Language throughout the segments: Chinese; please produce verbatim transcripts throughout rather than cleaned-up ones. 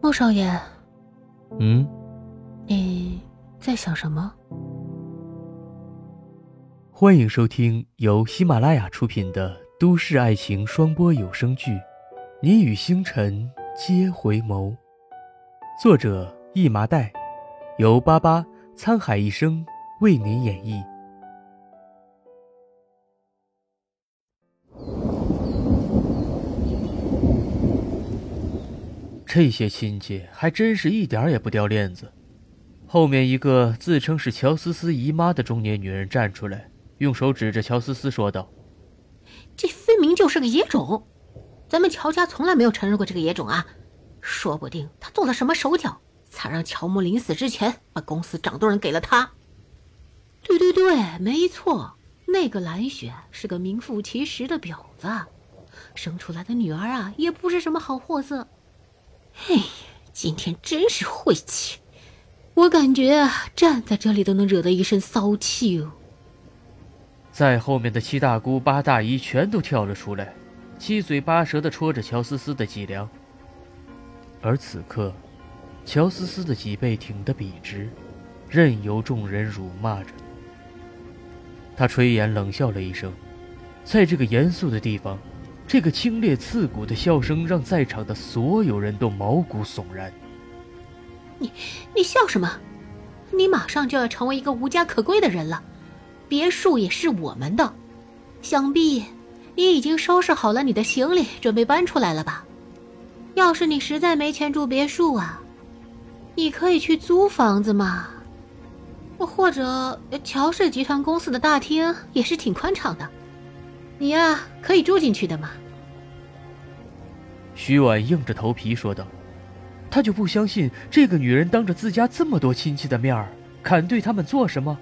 莫少爷。 嗯？ 你在想什么？ 欢迎收听由喜马拉雅出品的都市爱情双播有声剧《你与星辰皆回眸》，作者一麻袋，由巴巴沧海一声为您演绎。这些亲戚还真是一点也不掉链子。后面一个自称是乔思思姨妈的中年女人站出来，用手指着乔思思说道： 这分明就是个野种，咱们乔家从来没有承认过这个野种啊，说不定他做了什么手脚，才让乔木临死之前把公司掌舵人给了他。对对对，没错，那个蓝雪是个名副其实的婊子，生出来的女儿啊也不是什么好货色。嘿，今天真是晦气，我感觉站在这里都能惹得一身骚气哦。 在后面的七大姑八大姨全都跳了出来，七嘴八舌地戳着乔思思的脊梁。而此刻，乔思思的脊背挺得笔直，任由众人辱骂着。他垂眼冷笑了一声，在这个严肃的地方，这个清冽刺骨的笑声让在场的所有人都毛骨悚然。 你你笑什么？你马上就要成为一个无家可归的人了，别墅也是我们的，想必你已经收拾好了你的行李，准备搬出来了吧？要是你实在没钱住别墅啊，你可以去租房子嘛，或者乔氏集团公司的大厅也是挺宽敞的，你呀可以住进去的嘛。 徐婉硬着头皮说道，他就不相信这个女人当着自家这么多亲戚的面儿，敢对他们做什么。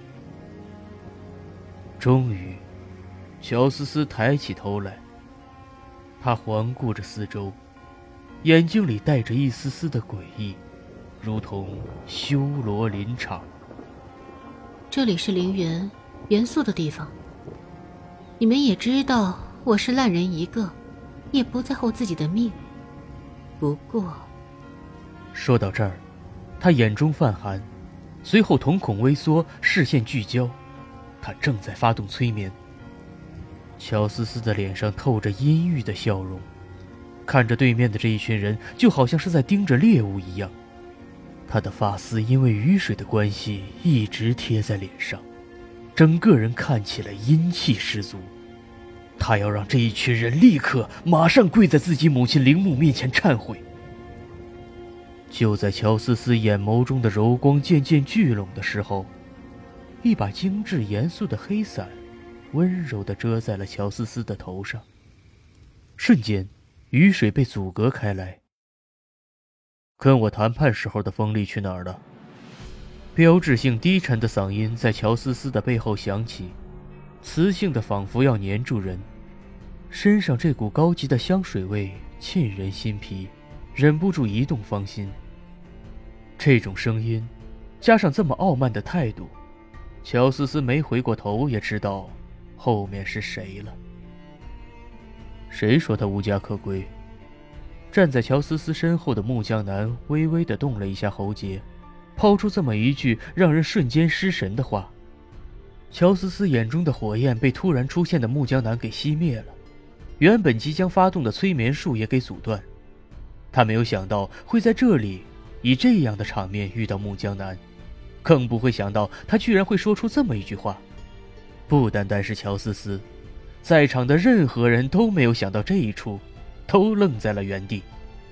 终于，乔思思抬起头来，她环顾着四周，眼睛里带着一丝丝的诡异，如同修罗林场。 这里是陵园，严肃的地方。你们也知道我是烂人一个，也不在乎自己的命。不过说到这儿，他眼中泛寒，随后瞳孔微缩，视线聚焦，他正在发动催眠。乔思思的脸上透着阴郁的笑容，看着对面的这一群人，就好像是在盯着猎物一样。他的发丝因为雨水的关系一直贴在脸上，整个人看起来阴气十足。他要让这一群人立刻马上跪在自己母亲陵墓面前忏悔。就在乔思思眼眸中的柔光渐渐聚拢的时候，一把精致严肃的黑伞温柔地遮在了乔思思的头上，瞬间雨水被阻隔开来。跟我谈判时候的锋利去哪儿了？标志性低沉的嗓音在乔思思的背后响起，磁性的仿佛要粘住人，身上这股高级的香水味沁人心脾，忍不住移动芳心。这种声音加上这么傲慢的态度，乔思思没回过头也知道后面是谁了。谁说他无家可归？站在乔思思身后的木江南微微地动了一下喉结，抛出这么一句让人瞬间失神的话。乔思思眼中的火焰被突然出现的木江南给熄灭了，原本即将发动的催眠术也给阻断。他没有想到会在这里以这样的场面遇到木江南，更不会想到他居然会说出这么一句话。不单单是乔思思，在场的任何人都没有想到这一出，都愣在了原地。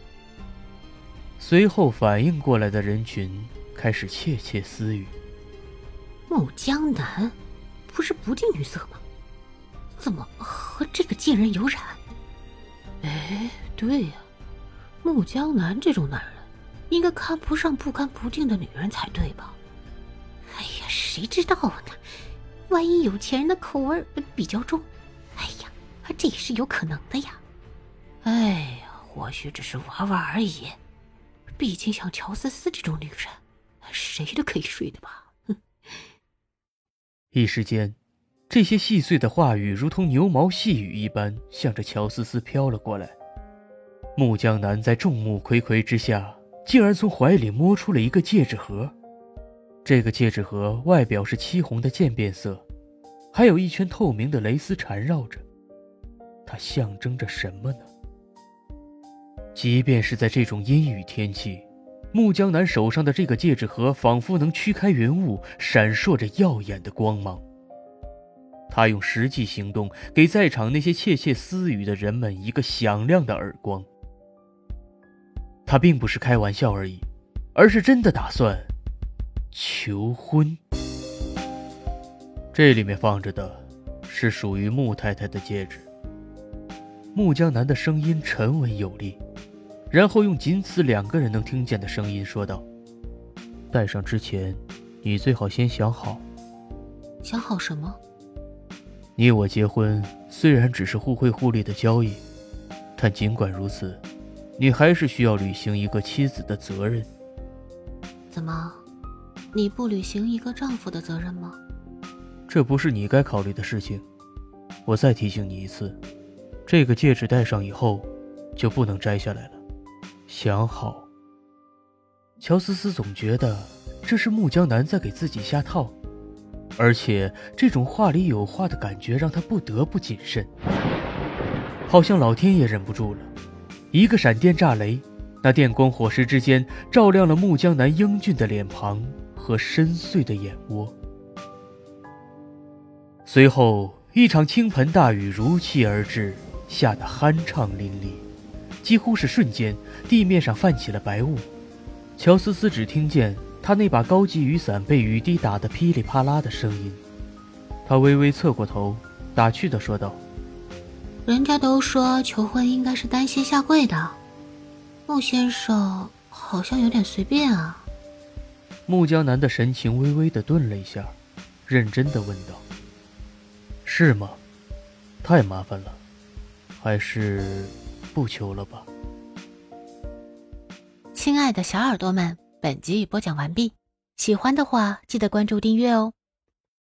随后反应过来的人群开始窃窃私语， 木江南不是不近女色吗？怎么和这个贱人有染？哎，对呀，木江南这种男人应该看不上不干不净的女人才对吧？哎呀，谁知道呢？万一有钱人的口味比较重，哎呀，这也是有可能的呀。哎呀，或许只是玩玩而已，毕竟像乔思思这种女人，谁都可以睡的吧。哼。 一时间，这些细碎的话语如同牛毛细雨一般向着乔思思飘了过来。木江南在众目睽睽之下竟然从怀里摸出了一个戒指盒。这个戒指盒外表是漆红的渐变色，还有一圈透明的蕾丝缠绕着，它象征着什么呢？即便是在这种阴雨天气，木江南手上的这个戒指盒仿佛能驱开云雾，闪烁着耀眼的光芒。他用实际行动给在场那些窃窃私语的人们一个响亮的耳光。他并不是开玩笑而已，而是真的打算求婚。这里面放着的是属于穆太太的戒指。穆江南的声音沉稳有力，然后用仅此两个人能听见的声音说道：戴上之前，你最好先想好。 想好什么？ 你我结婚虽然只是互惠互利的交易，但尽管如此，你还是需要履行一个妻子的责任。 怎么，你不履行一个丈夫的责任吗？ 这不是你该考虑的事情。我再提醒你一次，这个戒指戴上以后就不能摘下来了，想好。乔思思总觉得这是穆江南在给自己下套，而且这种话里有话的感觉让他不得不谨慎。好像老天爷忍不住了，一个闪电炸雷，那电光火石之间照亮了穆江南英俊的脸庞和深邃的眼窝。随后一场倾盆大雨如期而至，下得酣畅淋漓，几乎是瞬间地面上泛起了白雾。乔思思只听见他那把高级雨伞被雨滴打得噼里啪啦的声音。他微微侧过头，打趣地说道： 人家都说求婚应该是单膝下跪的，穆先生好像有点随便啊。 穆江南的神情微微地顿了一下，认真地问道：是吗？太麻烦了，还是不求了吧。 亲爱的小耳朵们，本集已播讲完毕，喜欢的话记得关注订阅哦。